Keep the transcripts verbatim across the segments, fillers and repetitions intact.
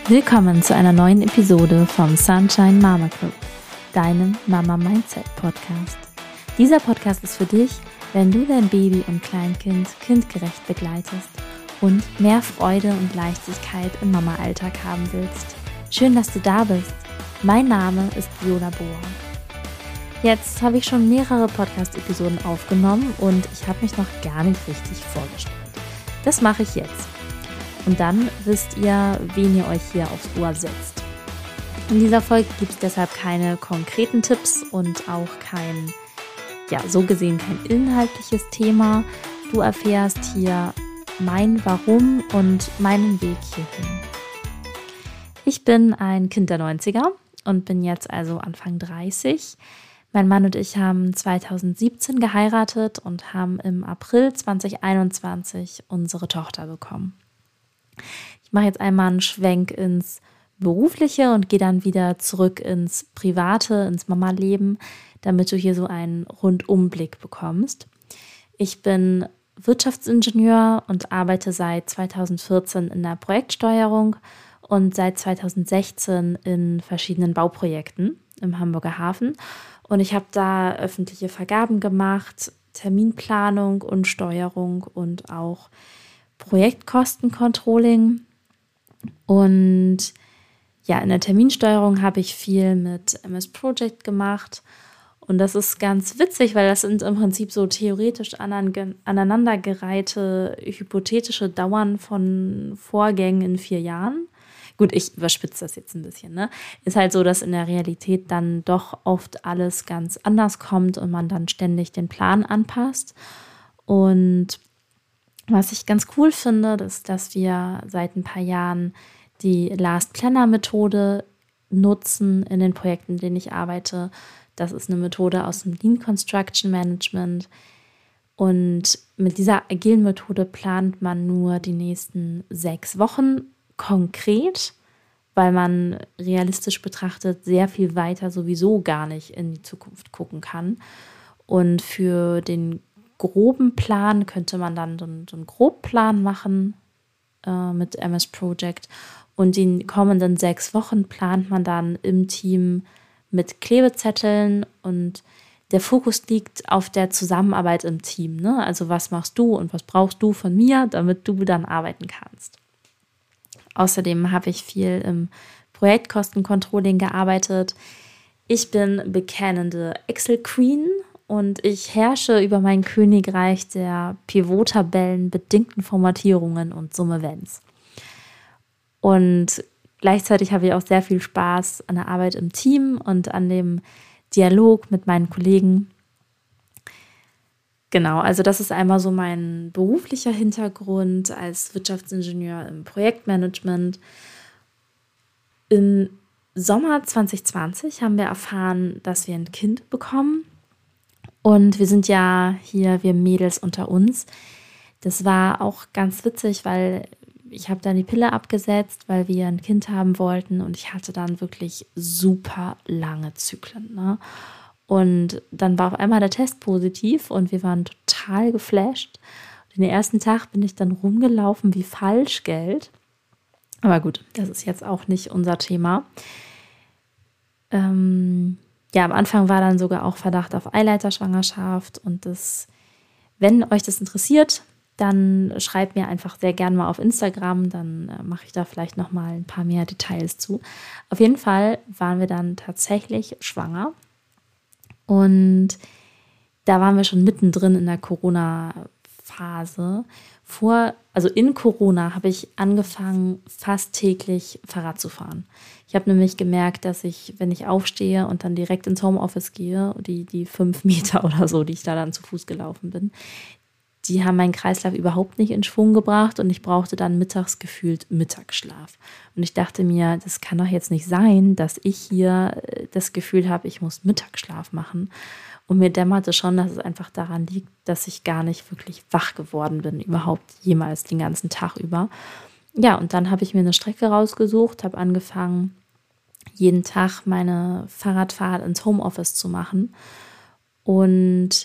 Willkommen zu einer neuen Episode vom Sunshine Mama Club, deinem Mama Mindset Podcast. Dieser Podcast ist für dich, wenn du dein Baby und Kleinkind kindgerecht begleitest und mehr Freude und Leichtigkeit im Mama-Alltag haben willst. Schön, dass du da bist. Mein Name ist Viola Bohr. Jetzt habe ich schon mehrere Podcast-Episoden aufgenommen und ich habe mich noch gar nicht richtig vorgestellt. Das mache ich jetzt. Und dann wisst ihr, wen ihr euch hier aufs Ohr setzt. In dieser Folge gibt es deshalb keine konkreten Tipps und auch kein, ja, so gesehen kein inhaltliches Thema. Du erfährst hier mein Warum und meinen Weg hierhin. Ich bin ein Kind der neunziger und bin jetzt also Anfang dreißig. Mein Mann und ich haben zweitausendsiebzehn geheiratet und haben im April zweitausendeinundzwanzig unsere Tochter bekommen. Ich mache jetzt einmal einen Schwenk ins Berufliche und gehe dann wieder zurück ins Private, ins Mama-Leben, damit du hier so einen Rundumblick bekommst. Ich bin Wirtschaftsingenieur und arbeite seit zweitausendvierzehn in der Projektsteuerung und seit zweitausendsechzehn in verschiedenen Bauprojekten im Hamburger Hafen. Und ich habe da öffentliche Vergaben gemacht, Terminplanung und Steuerung und auch Projektkostencontrolling. Und ja, in der Terminsteuerung habe ich viel mit M S Project gemacht. Und das ist ganz witzig, weil das sind im Prinzip so theoretisch aneinandergereihte hypothetische Dauern von Vorgängen in vier Jahren. Gut, ich überspitze das jetzt ein bisschen, ne? Ist halt so, dass in der Realität dann doch oft alles ganz anders kommt und man dann ständig den Plan anpasst. Und was ich ganz cool finde, ist, dass wir seit ein paar Jahren die Last Planner Methode nutzen in den Projekten, in denen ich arbeite. Das ist eine Methode aus dem Lean Construction Management. Und mit dieser agilen Methode plant man nur die nächsten sechs Wochen konkret, weil man realistisch betrachtet sehr viel weiter sowieso gar nicht in die Zukunft gucken kann. Und für den groben Plan könnte man dann so einen, so einen Grobplan machen äh, mit M S Project. Und die kommenden sechs Wochen plant man dann im Team mit Klebezetteln und der Fokus liegt auf der Zusammenarbeit im Team, ne? Also was machst du und was brauchst du von mir, damit du dann arbeiten kannst. Außerdem habe ich viel im Projektkostencontrolling gearbeitet. Ich bin bekennende Excel-Queen und ich herrsche über mein Königreich der Pivot-Tabellen, bedingten Formatierungen und Summe-Wenns. Und gleichzeitig habe ich auch sehr viel Spaß an der Arbeit im Team und an dem Dialog mit meinen Kollegen. Genau, also das ist einmal so mein beruflicher Hintergrund als Wirtschaftsingenieur im Projektmanagement. Im Sommer zwanzig zwanzig haben wir erfahren, dass wir ein Kind bekommen. Und wir sind ja hier, wir Mädels unter uns. Das war auch ganz witzig, weil ich habe dann die Pille abgesetzt, weil wir ein Kind haben wollten. Und ich hatte dann wirklich super lange Zyklen, ne? Und dann war auf einmal der Test positiv und wir waren total geflasht. Und den ersten Tag bin ich dann rumgelaufen wie Falschgeld. Aber gut, das ist jetzt auch nicht unser Thema. Ähm, ja, am Anfang war dann sogar auch Verdacht auf Eileiterschwangerschaft. Und das, wenn euch das interessiert, dann schreibt mir einfach sehr gerne mal auf Instagram. Dann äh, mache ich da vielleicht noch mal ein paar mehr Details zu. Auf jeden Fall waren wir dann tatsächlich schwanger. Und da waren wir schon mittendrin in der Corona-Phase. Vor, also in Corona habe ich angefangen, fast täglich Fahrrad zu fahren. Ich habe nämlich gemerkt, dass ich, wenn ich aufstehe und dann direkt ins Homeoffice gehe, die, die fünf Meter oder so, die ich da dann zu Fuß gelaufen bin, die haben meinen Kreislauf überhaupt nicht in Schwung gebracht und ich brauchte dann mittags gefühlt Mittagsschlaf. Und ich dachte mir, das kann doch jetzt nicht sein, dass ich hier das Gefühl habe, ich muss Mittagsschlaf machen. Und mir dämmerte schon, dass es einfach daran liegt, dass ich gar nicht wirklich wach geworden bin, überhaupt jemals den ganzen Tag über. Ja, und dann habe ich mir eine Strecke rausgesucht, habe angefangen, jeden Tag meine Fahrradfahrt ins Homeoffice zu machen. Und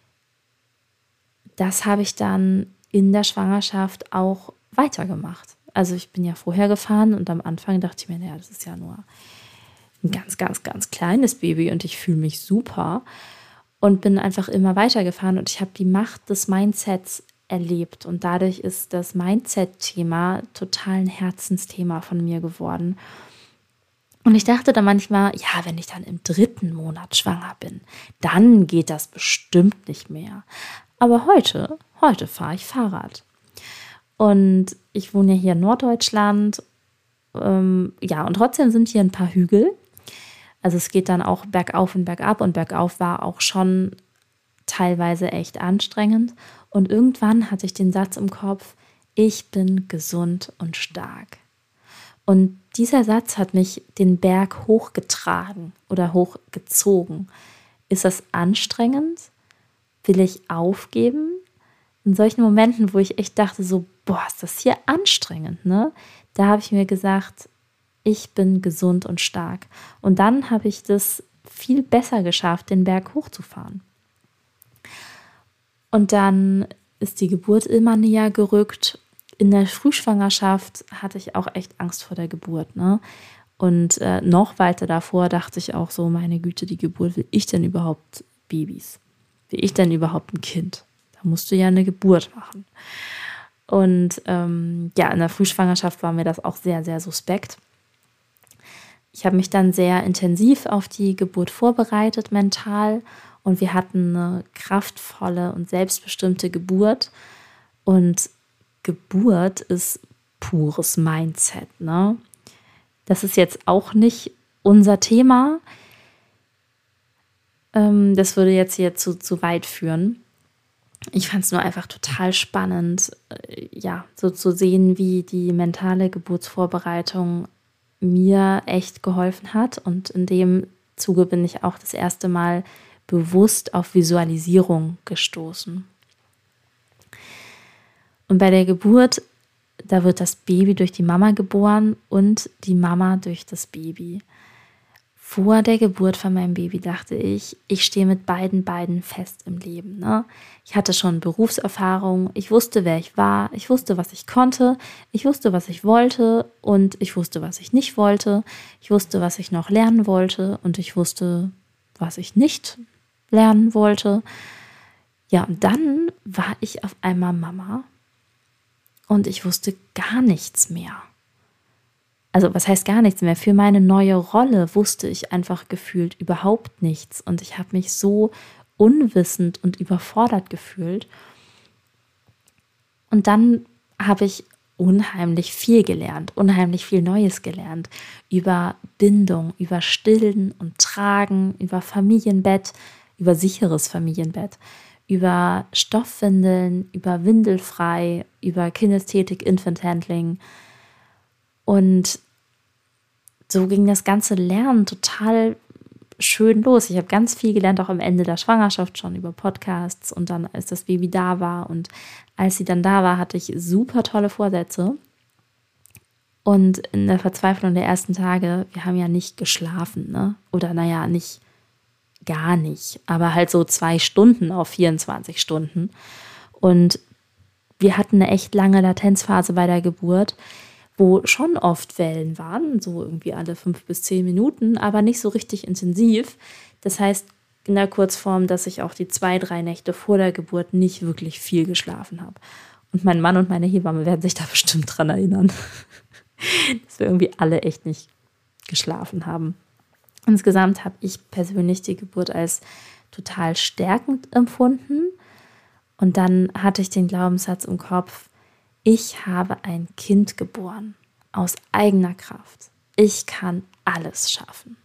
das habe ich dann in der Schwangerschaft auch weitergemacht. also ich bin ja vorher gefahren und am Anfang dachte ich mir, naja, das ist ja nur ein ganz, ganz, ganz kleines Baby und ich fühle mich super und bin einfach immer weitergefahren und ich habe die Macht des Mindsets erlebt und dadurch ist das Mindset-Thema total ein Herzensthema von mir geworden. Und ich dachte dann manchmal, ja, wenn ich dann im dritten Monat schwanger bin, dann geht das bestimmt nicht mehr. Aber heute, heute fahre ich Fahrrad. Und ich wohne ja hier in Norddeutschland. Ähm, ja, und trotzdem sind hier ein paar Hügel. Also es geht dann auch bergauf und bergab. Und bergauf war auch schon teilweise echt anstrengend. Und irgendwann hatte ich den Satz im Kopf, ich bin gesund und stark. Und dieser Satz hat mich den Berg hochgetragen oder hochgezogen. Ist das anstrengend? Will ich aufgeben? In solchen Momenten, wo ich echt dachte, so, boah, ist das hier anstrengend, ne? Da habe ich mir gesagt, ich bin gesund und stark. Und dann habe ich das viel besser geschafft, den Berg hochzufahren. Und dann ist die Geburt immer näher gerückt. In der Frühschwangerschaft hatte ich auch echt Angst vor der Geburt, ne? Und äh, noch weiter davor dachte ich auch so, meine Güte, die Geburt, will ich denn überhaupt Babys? Will ich denn überhaupt ein Kind? Da musst du ja eine Geburt machen. Und ähm, ja, in der Frühschwangerschaft war mir das auch sehr, sehr suspekt. Ich habe mich dann sehr intensiv auf die Geburt vorbereitet, mental. Und wir hatten eine kraftvolle und selbstbestimmte Geburt. Und Geburt ist pures Mindset, ne? Das ist jetzt auch nicht unser Thema. Ähm, das würde jetzt hier zu, zu weit führen. Ich fand es nur einfach total spannend, äh, ja, so zu sehen, wie die mentale Geburtsvorbereitung mir echt geholfen hat. Und in dem Zuge bin ich auch das erste Mal bewusst auf Visualisierung gestoßen. Und bei der Geburt, da wird das Baby durch die Mama geboren und die Mama durch das Baby. Vor der Geburt von meinem Baby dachte ich, ich stehe mit beiden Beinen fest im Leben, ne? Ich hatte schon Berufserfahrung, ich wusste, wer ich war, ich wusste, was ich konnte, ich wusste, was ich wollte und ich wusste, was ich nicht wollte. Ich wusste, was ich noch lernen wollte und ich wusste, was ich nicht lernen wollte. Ja, und dann war ich auf einmal Mama. Und ich wusste gar nichts mehr. Also was heißt gar nichts mehr? Für meine neue Rolle wusste ich einfach gefühlt überhaupt nichts. Und ich habe mich so unwissend und überfordert gefühlt. Und dann habe ich unheimlich viel gelernt, unheimlich viel Neues gelernt. Über Bindung, über Stillen und Tragen, über Familienbett, über sicheres Familienbett. Über Stoffwindeln, über Windelfrei, über Kinästhetik, Infant Handling. Und so ging das ganze Lernen total schön los. Ich habe ganz viel gelernt, auch am Ende der Schwangerschaft schon über Podcasts und dann, als das Baby da war. Und als sie dann da war, hatte ich super tolle Vorsätze. Und in der Verzweiflung der ersten Tage, wir haben ja nicht geschlafen, ne? Oder naja, nicht gar nicht, aber halt so zwei Stunden auf vierundzwanzig Stunden. Und wir hatten eine echt lange Latenzphase bei der Geburt, wo schon oft Wellen waren, so irgendwie alle fünf bis zehn Minuten, aber nicht so richtig intensiv. Das heißt in der Kurzform, dass ich auch die zwei, drei Nächte vor der Geburt nicht wirklich viel geschlafen habe. Und mein Mann und meine Hebamme werden sich da bestimmt dran erinnern, dass wir irgendwie alle echt nicht geschlafen haben. Insgesamt habe ich persönlich die Geburt als total stärkend empfunden. Und dann hatte ich den Glaubenssatz im Kopf, ich habe ein Kind geboren, aus eigener Kraft. Ich kann alles schaffen.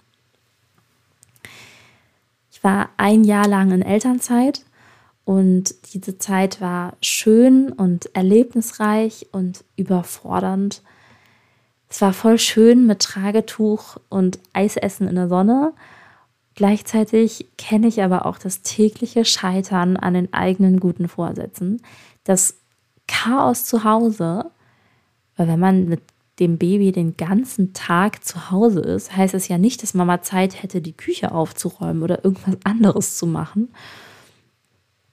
Ich war ein Jahr lang in Elternzeit und diese Zeit war schön und erlebnisreich und überfordernd. Es war voll schön mit Tragetuch und Eisessen in der Sonne. Gleichzeitig kenne ich aber auch das tägliche Scheitern an den eigenen guten Vorsätzen. Das Chaos zu Hause, weil wenn man mit dem Baby den ganzen Tag zu Hause ist, heißt es ja nicht, dass Mama Zeit hätte, die Küche aufzuräumen oder irgendwas anderes zu machen.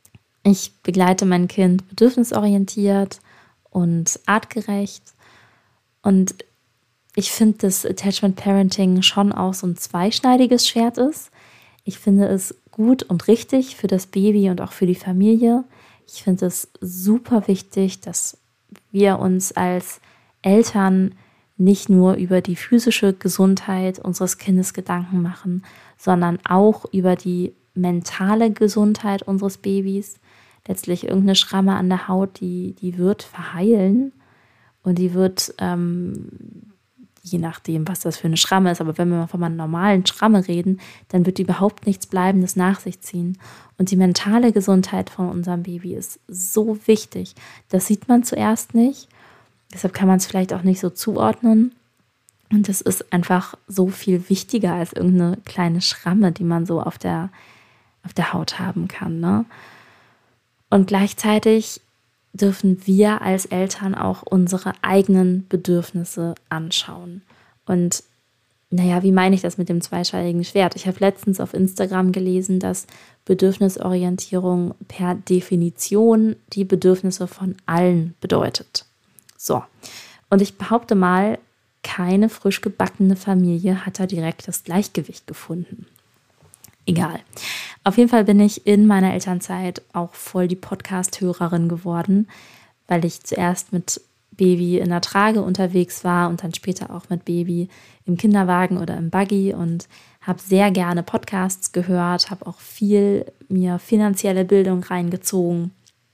Ich begleite mein Kind bedürfnisorientiert und artgerecht. Und ich finde, dass Attachment Parenting schon auch so ein zweischneidiges Schwert ist. Ich finde es gut und richtig für das Baby und auch für die Familie. Ich finde es super wichtig, dass wir uns als Eltern nicht nur über die physische Gesundheit unseres Kindes Gedanken machen, sondern auch über die mentale Gesundheit unseres Babys. Letztlich irgendeine Schramme an der Haut, die, die wird verheilen und die wird, ähm, je nachdem, was das für eine Schramme ist, aber wenn wir mal von einer normalen Schramme reden, dann wird überhaupt nichts Bleibendes nach sich ziehen. Und die mentale Gesundheit von unserem Baby ist so wichtig. Das sieht man zuerst nicht. Deshalb kann man es vielleicht auch nicht so zuordnen. Und es ist einfach so viel wichtiger als irgendeine kleine Schramme, die man so auf der, auf der Haut haben kann, ne? Und gleichzeitig dürfen wir als Eltern auch unsere eigenen Bedürfnisse anschauen. Und naja, wie meine ich das mit dem zweischneidigen Schwert? Ich habe letztens auf Instagram gelesen, dass Bedürfnisorientierung per Definition die Bedürfnisse von allen bedeutet. So, und ich behaupte mal, keine frisch gebackene Familie hat da direkt das Gleichgewicht gefunden. Egal. Auf jeden Fall bin ich in meiner Elternzeit auch voll die Podcast-Hörerin geworden, weil ich zuerst mit Baby in der Trage unterwegs war und dann später auch mit Baby im Kinderwagen oder im Buggy und habe sehr gerne Podcasts gehört, habe auch viel mir finanzielle Bildung reingezogen.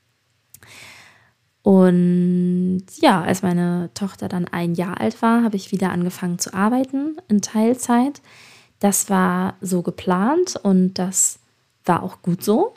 Und ja, als meine Tochter dann ein Jahr alt war, habe ich wieder angefangen zu arbeiten in Teilzeit. Das war so geplant und das war auch gut so.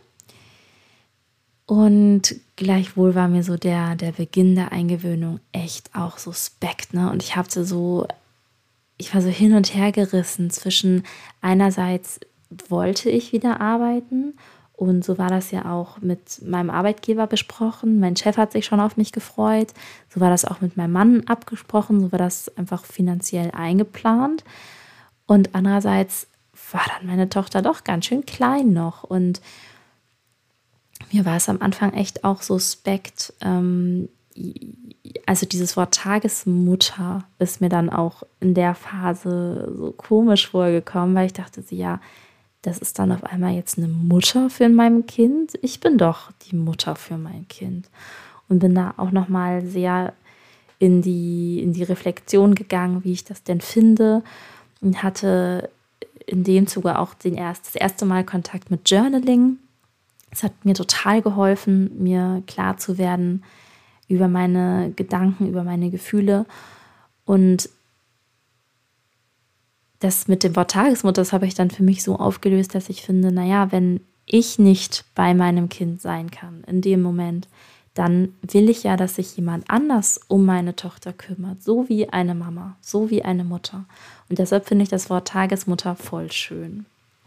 Und gleichwohl war mir so der, der Beginn der Eingewöhnung echt auch suspekt, ne? Und ich hatte so, ich war so hin und her gerissen zwischen einerseits wollte ich wieder arbeiten und so war das ja auch mit meinem Arbeitgeber besprochen. Mein Chef hat sich schon auf mich gefreut. So war das auch mit meinem Mann abgesprochen. So war das einfach finanziell eingeplant. Und andererseits war dann meine Tochter doch ganz schön klein noch. Und mir war es am Anfang echt auch suspekt. Ähm, also dieses Wort Tagesmutter ist mir dann auch in der Phase so komisch vorgekommen, weil ich dachte, so, ja, das ist dann auf einmal jetzt eine Mutter für mein Kind. Ich bin doch die Mutter für mein Kind. Und bin da auch nochmal sehr in die, in die Reflexion gegangen, wie ich das denn finde. Und hatte in dem Zuge auch den erst, das erste Mal Kontakt mit Journaling. Es hat mir total geholfen, mir klar zu werden über meine Gedanken, über meine Gefühle. Und das mit dem Wort Tagesmutter, das habe ich dann für mich so aufgelöst, dass ich finde, naja, wenn ich nicht bei meinem Kind sein kann in dem Moment, dann will ich ja, dass sich jemand anders um meine Tochter kümmert, so wie eine Mama, so wie eine Mutter. Und deshalb finde ich das Wort Tagesmutter voll schön.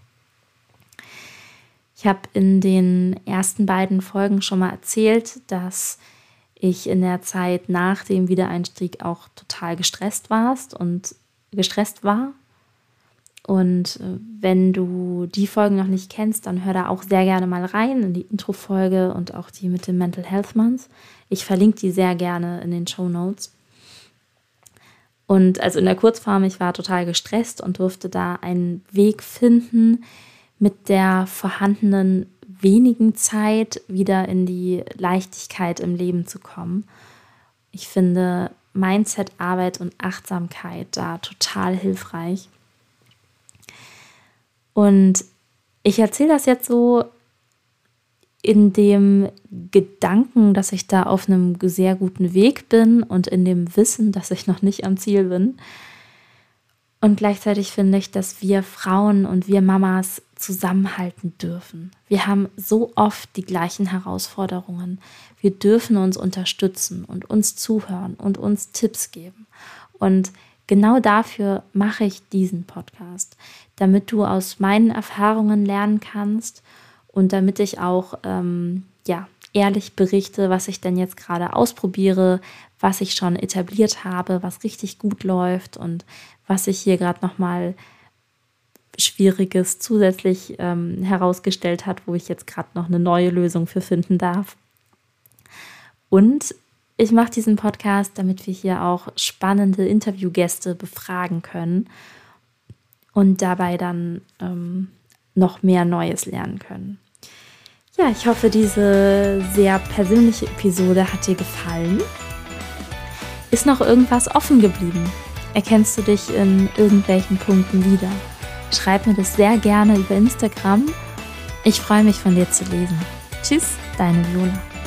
Ich habe in den ersten beiden Folgen schon mal erzählt, dass ich in der Zeit nach dem Wiedereinstieg auch total gestresst warst und gestresst war. Und wenn du die Folgen noch nicht kennst, dann hör da auch sehr gerne mal rein in die Intro-Folge und auch die mit dem Mental Health Month. Ich verlinke die sehr gerne in den Shownotes. Und also in der Kurzform, ich war total gestresst und durfte da einen Weg finden, mit der vorhandenen wenigen Zeit wieder in die Leichtigkeit im Leben zu kommen. Ich finde Mindset-Arbeit und Achtsamkeit da total hilfreich. Und ich erzähle das jetzt so in dem Gedanken, dass ich da auf einem sehr guten Weg bin und in dem Wissen, dass ich noch nicht am Ziel bin. Und gleichzeitig finde ich, dass wir Frauen und wir Mamas zusammenhalten dürfen. Wir haben so oft die gleichen Herausforderungen. Wir dürfen uns unterstützen und uns zuhören und uns Tipps geben. Und genau dafür mache ich diesen Podcast, damit du aus meinen Erfahrungen lernen kannst und damit ich auch ähm, ja, ehrlich berichte, was ich denn jetzt gerade ausprobiere, was ich schon etabliert habe, was richtig gut läuft und was sich hier gerade nochmal Schwieriges zusätzlich ähm, herausgestellt hat, wo ich jetzt gerade noch eine neue Lösung für finden darf. Und ich mache diesen Podcast, damit wir hier auch spannende Interviewgäste befragen können und dabei dann ähm, noch mehr Neues lernen können. Ja, ich hoffe, diese sehr persönliche Episode hat dir gefallen. Ist noch irgendwas offen geblieben? Erkennst du dich in irgendwelchen Punkten wieder? Schreib mir das sehr gerne über Instagram. Ich freue mich, von dir zu lesen. Tschüss, deine Viola.